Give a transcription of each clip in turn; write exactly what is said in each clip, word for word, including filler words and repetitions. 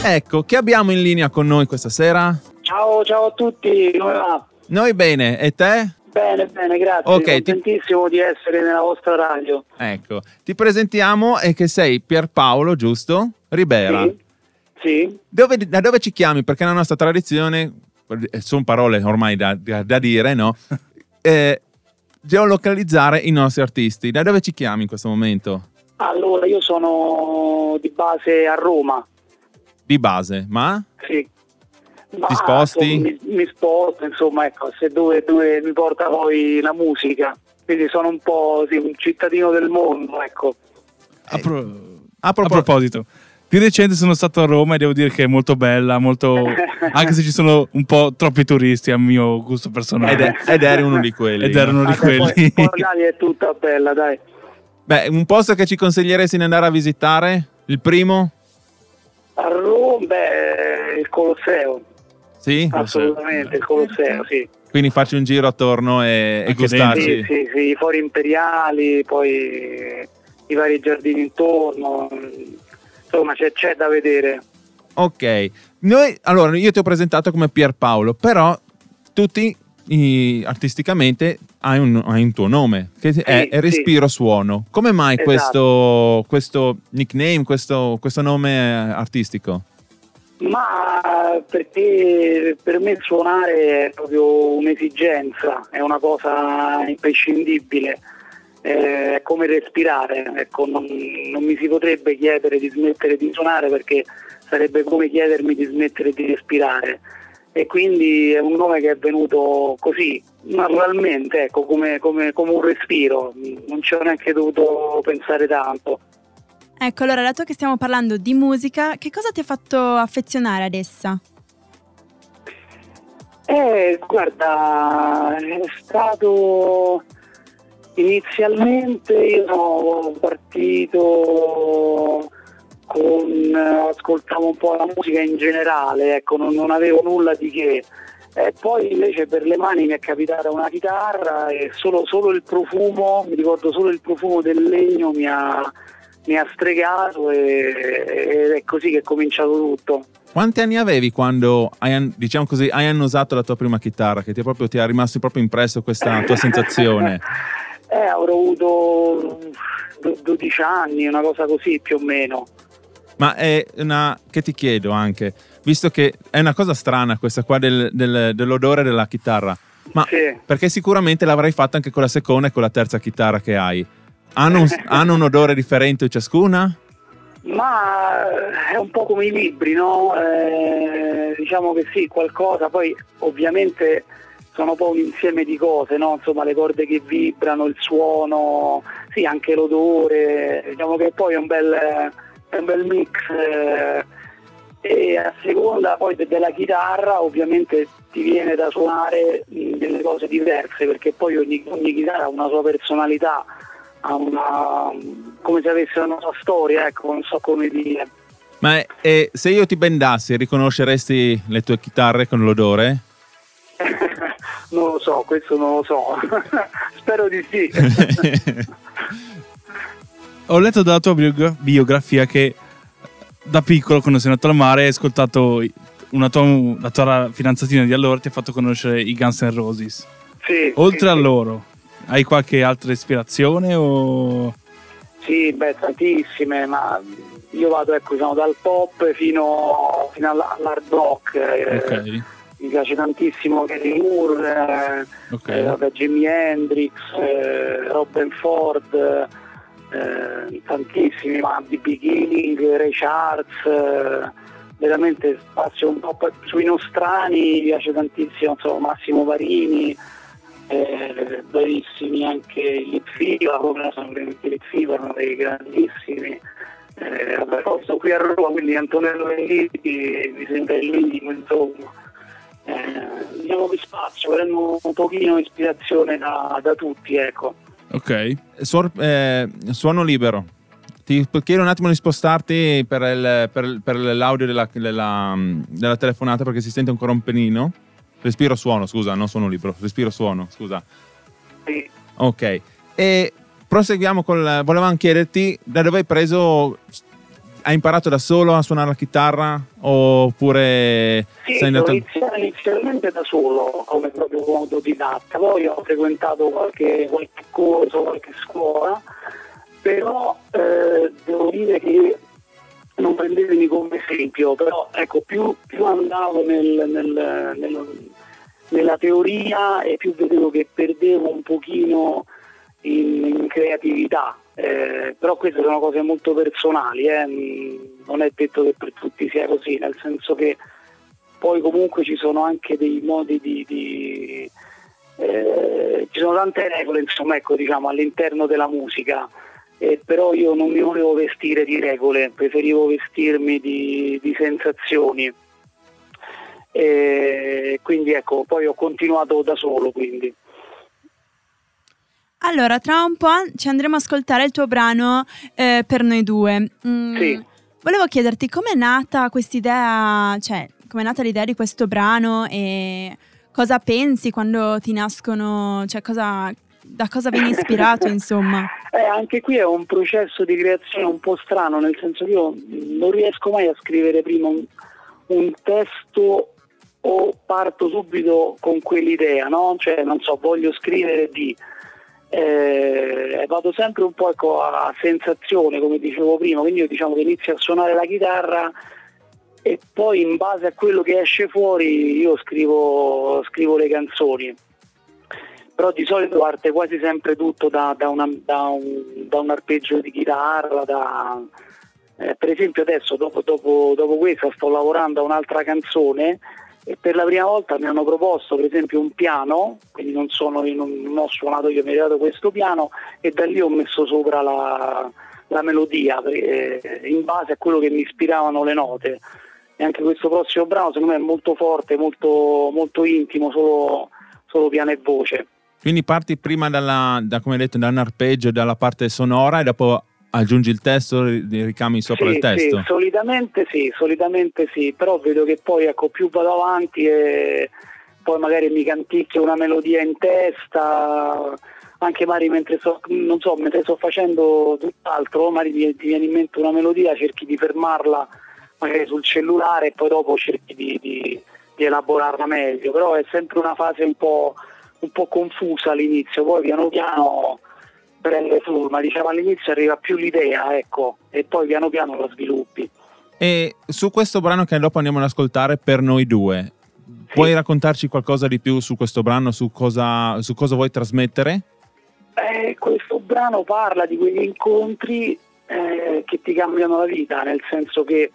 Ecco, che abbiamo in linea con noi questa sera? Ciao, ciao a tutti, come va? Noi bene, e te? Bene, bene, grazie, okay, contentissimo ti... di essere nella vostra radio. Ecco, ti presentiamo e che sei Pierpaolo, giusto? Ribera. Sì, sì. Dove, da dove ci chiami? Perché la nostra tradizione, sono parole ormai da, da, da dire, no? Eh, geolocalizzare i nostri artisti. Da dove ci chiami in questo momento? Allora, io sono di base a Roma. Di base, ma? Sì. Ma, ti sposti? Insomma, mi, mi sposto, insomma, ecco, se dove, dove mi porta poi la musica. Quindi sono un po' sì, un cittadino del mondo, ecco. A, pro- a, propos- a proposito, di recente sono stato a Roma e devo dire che è molto bella, molto anche se ci sono un po' troppi turisti a mio gusto personale. Ed, è, ed eri uno di quelli. Ed ero uno ah, di quelli. Poi, poi l'Italia è tutta bella, dai. Beh, un posto che ci consiglieresti di andare a visitare? Il primo? A Roma, beh, il Colosseo. Sì? Assolutamente, il Colosseo, sì. Quindi facci un giro attorno e, e gustarci. Sì, sì, sì, i fori imperiali, poi i vari giardini intorno, insomma c'è, c'è da vedere. Ok, noi, allora io ti ho presentato come Pierpaolo, però tutti i, artisticamente hai un, hai un tuo nome, che sì, è, è Respiro sì. Suono. Come mai esatto. questo, questo nickname, questo, questo nome artistico? Ma perché per me suonare è proprio un'esigenza, è una cosa imprescindibile, è come respirare, ecco, non, non mi si potrebbe chiedere di smettere di suonare perché sarebbe come chiedermi di smettere di respirare, e quindi è un nome che è venuto così, naturalmente, ecco, come, come, come un respiro, non ci ho neanche dovuto pensare tanto. Ecco, allora, dato che stiamo parlando di musica, che cosa ti ha fatto affezionare ad essa? Eh, guarda, è stato inizialmente io sono partito con ascoltavo un po' la musica in generale, ecco, non, non avevo nulla di che. E poi invece per le mani mi è capitata una chitarra e solo, solo il profumo, mi ricordo solo il profumo del legno mi ha mi ha stregato e, ed è così che è cominciato tutto. Quanti anni avevi quando hai, diciamo così, hai annusato la tua prima chitarra, che ti è proprio ti è rimasto proprio impresso questa tua sensazione? eh, avrò avuto dodici anni, una cosa così più o meno. Ma è una, che ti chiedo anche, visto che è una cosa strana questa qua del, del, dell'odore della chitarra, ma sì. Perché sicuramente l'avrai fatta anche con la seconda e con la terza chitarra che hai. Hanno un, hanno un odore differente ciascuna? Ma è un po' come i libri, no? Eh, diciamo che sì, qualcosa, poi ovviamente sono un po' un insieme di cose, no? Insomma, le corde che vibrano, il suono, sì, anche l'odore, diciamo che poi è un bel, è un bel mix. Eh, e a seconda poi della chitarra ovviamente ti viene da suonare delle cose diverse, perché poi ogni, ogni chitarra ha una sua personalità, ha una, come se avesse una sua storia, ecco, non so come dire. Ma eh, se io ti bendassi, riconosceresti le tue chitarre con l'odore? Non lo so, questo non lo so. Spero di sì. Ho letto dalla tua biog- biografia che da piccolo, quando sei andato al mare, hai ascoltato una tua, la tua fidanzatina di allora ti ha fatto conoscere i Guns N' Roses. Sì. Oltre sì, a sì. loro, hai qualche altra ispirazione o... Sì, beh, tantissime, ma io vado, ecco, diciamo, dal pop fino, fino all'hard rock. Ok. Eh, mi piace tantissimo Gary Moore, eh, okay. eh, vabbè, Jimi Hendrix, eh, Robin Ford, eh, tantissimi, ma B B King, Ray Charles, eh, veramente spazio un po' sui nostrani, mi piace tantissimo, insomma, Massimo Varini. Eh, bravissimi anche i Litfiba, come sono veramente Litfiba, sono dei grandissimi. Eh, vabbè, posto qui a Roma, quindi Antonello Venditti mi sembra il minimo, insomma. Eh, diciamo che spazio, prendo un pochino ispirazione da, da tutti, ecco. Ok, Suor, eh, suono libero. Ti chiedo un attimo di spostarti per, il, per, per l'audio della, della, della telefonata, perché si sente ancora un pelino. Respiro suono, scusa, non suono libero, respiro suono, scusa. Sì. Ok, e proseguiamo con la, volevamo chiederti da dove hai preso, hai imparato da solo a suonare la chitarra oppure Sì, sei andato... iniziato inizialmente da solo, come proprio autodidatta, poi ho frequentato qualche, qualche corso, qualche scuola, però eh, devo dire che non prendetemi come esempio, però ecco, più, più andavo nel, nel, nel, nella teoria e più vedevo che perdevo un pochino in, in creatività. Eh, però queste sono cose molto personali, eh. Non è detto che per tutti sia così, nel senso che poi comunque ci sono anche dei modi di, di eh, ci sono tante regole, insomma, ecco, diciamo, all'interno della musica, eh, però io non mi volevo vestire di regole, preferivo vestirmi di, di sensazioni, e quindi ecco, poi ho continuato da solo, quindi. Allora, tra un po' ci andremo a ascoltare il tuo brano eh, Per noi due. Mm, Sì. Volevo chiederti com'è nata quest'idea, cioè com'è nata l'idea di questo brano e cosa pensi quando ti nascono, cioè cosa, da cosa vieni ispirato, insomma? Eh, anche qui è un processo di creazione un po' strano, nel senso che io non riesco mai a scrivere prima un, un testo o parto subito con quell'idea, no? Cioè, non so, voglio scrivere di... Eh, vado sempre un po', ecco, a sensazione, come dicevo prima, quindi io diciamo che inizio a suonare la chitarra e poi in base a quello che esce fuori io scrivo, scrivo le canzoni, però di solito parte quasi sempre tutto da, da, una, da, un, da un arpeggio di chitarra, da, eh, per esempio adesso dopo, dopo, dopo questa sto lavorando a un'altra canzone e per la prima volta mi hanno proposto per esempio un piano, quindi non, sono, non, non ho suonato io, mi è arrivato questo piano e da lì ho messo sopra la, la melodia eh, in base a quello che mi ispiravano le note. E anche questo prossimo brano secondo me è molto forte, molto, molto intimo, solo, solo piano e voce. Quindi parti prima dalla, da, come hai detto, da un arpeggio, dalla parte sonora e dopo aggiungi il testo, ricami sopra sì, il testo? Sì, solitamente sì, solitamente sì, però vedo che poi ecco più vado avanti e poi magari mi canticchio una melodia in testa, anche magari mentre sto, non so, mentre sto facendo tutt'altro, magari ti, ti viene in mente una melodia, cerchi di fermarla magari sul cellulare e poi dopo cerchi di, di, di elaborarla meglio, però è sempre una fase un po', un po' confusa all'inizio, poi piano piano prende forma, diciamo all'inizio arriva più l'idea, ecco, e poi piano piano la sviluppi. E su questo brano che dopo andiamo ad ascoltare, Per noi due, sì, puoi raccontarci qualcosa di più su questo brano, su cosa, su cosa vuoi trasmettere? Eh, questo brano parla di quegli incontri eh, che ti cambiano la vita, nel senso che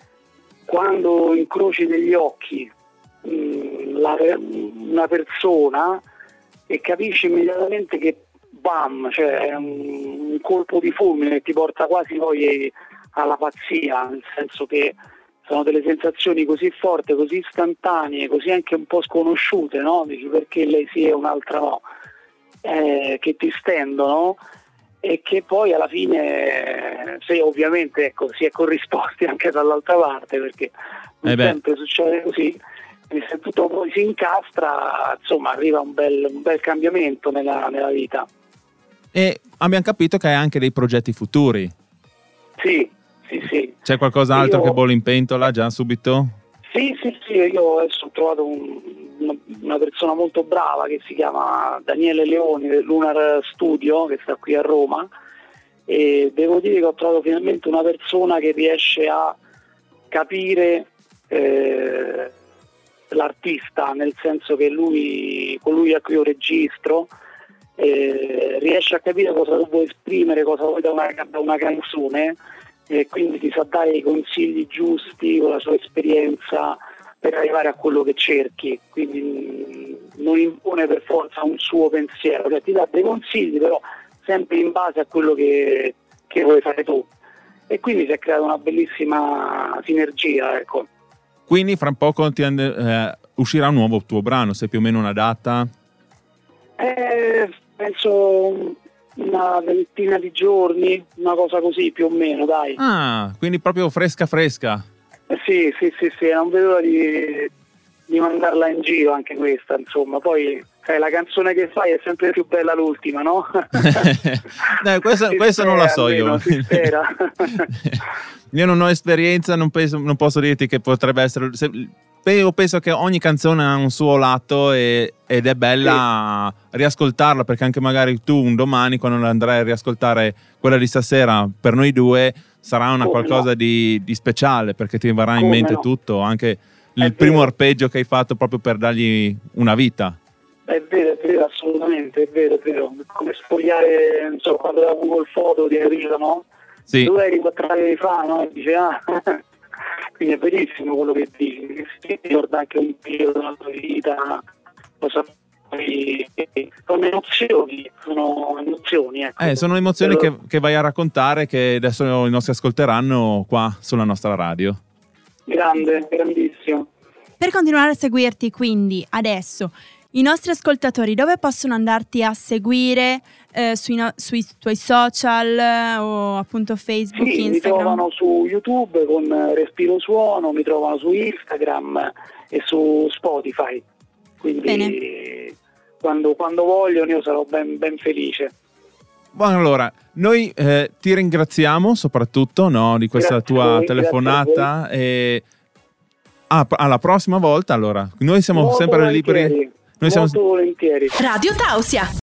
quando incroci negli occhi mh, la, una persona e capisci immediatamente che bam, cioè è un, un colpo di fulmine che ti porta quasi poi alla pazzia, nel senso che sono delle sensazioni così forti, così istantanee, così anche un po' sconosciute, no? Dici perché lei sì e un'altra no, eh, che ti stendono e che poi alla fine, se ovviamente ecco, si è corrisposti anche dall'altra parte, perché non eh sempre succede così, e se tutto poi si incastra, insomma arriva un bel, un bel cambiamento nella, nella vita. E abbiamo capito che hai anche dei progetti futuri. Sì, sì, sì. C'è qualcos'altro io... che bolle in pentola già subito? Sì, sì, sì, io adesso ho trovato un, una, una persona molto brava che si chiama Daniele Leoni del Lunar Studio, che sta qui a Roma, e devo dire che ho trovato finalmente una persona che riesce a capire eh, l'artista, nel senso che lui, colui a cui io registro, eh, riesce a capire cosa vuoi esprimere, cosa vuoi da una, da una canzone, e quindi ti sa dare i consigli giusti con la sua esperienza per arrivare a quello che cerchi, quindi mh, non impone per forza un suo pensiero, cioè ti dà dei consigli però sempre in base a quello che, che vuoi fare tu, e quindi si è creata una bellissima sinergia, ecco. Quindi fra poco ti and- eh, uscirà un nuovo tuo brano, sai più o meno una data? Eh, penso una ventina di giorni, una cosa così più o meno, dai. Ah, quindi proprio fresca fresca. Eh, sì, sì, sì, sì, non vedo l'ora di, di mandarla in giro anche questa, insomma, poi Eh, la canzone che fai è sempre più bella l'ultima, no? no, questo, questo non la so almeno, io. Si spera. Io non ho esperienza, non, penso, non posso dirti che potrebbe essere. Se, io penso che ogni canzone ha un suo lato e, ed è bella sì. riascoltarla, perché anche magari tu un domani, quando andrai a riascoltare quella di stasera per noi due, sarà una Come qualcosa no. di, di speciale, perché ti verrà Come in mente no. tutto, anche è il vero. primo arpeggio che hai fatto proprio per dargli una vita. È vero, è vero, assolutamente, è vero, è vero. Come spogliare, non so, quando da Google Foto ti arriva, no? Sì. Tu eri quattro anni fa, no? E dice, ah, quindi è verissimo quello che dici. Si ricorda anche un periodo della tua vita, lo sappi, sono emozioni, sono emozioni, ecco. Eh, sono emozioni Però... che, che vai a raccontare, che adesso i nostri ascolteranno qua sulla nostra radio. Grande, grandissimo. Per continuare a seguirti, quindi, adesso... I nostri ascoltatori dove possono andarti a seguire eh, sui, no- sui tuoi social eh, o appunto Facebook, sì, Instagram? Mi trovano su YouTube con Respiro Suono, mi trovano su Instagram e su Spotify. Quindi Bene. Quando, quando vogliono io sarò ben, ben felice. Buono, allora, noi eh, ti ringraziamo soprattutto no, di questa grazie tua voi, telefonata e ah, alla prossima volta allora. Noi siamo Molto sempre liberi. Noi Molto siamo volentieri. Radio Tausia.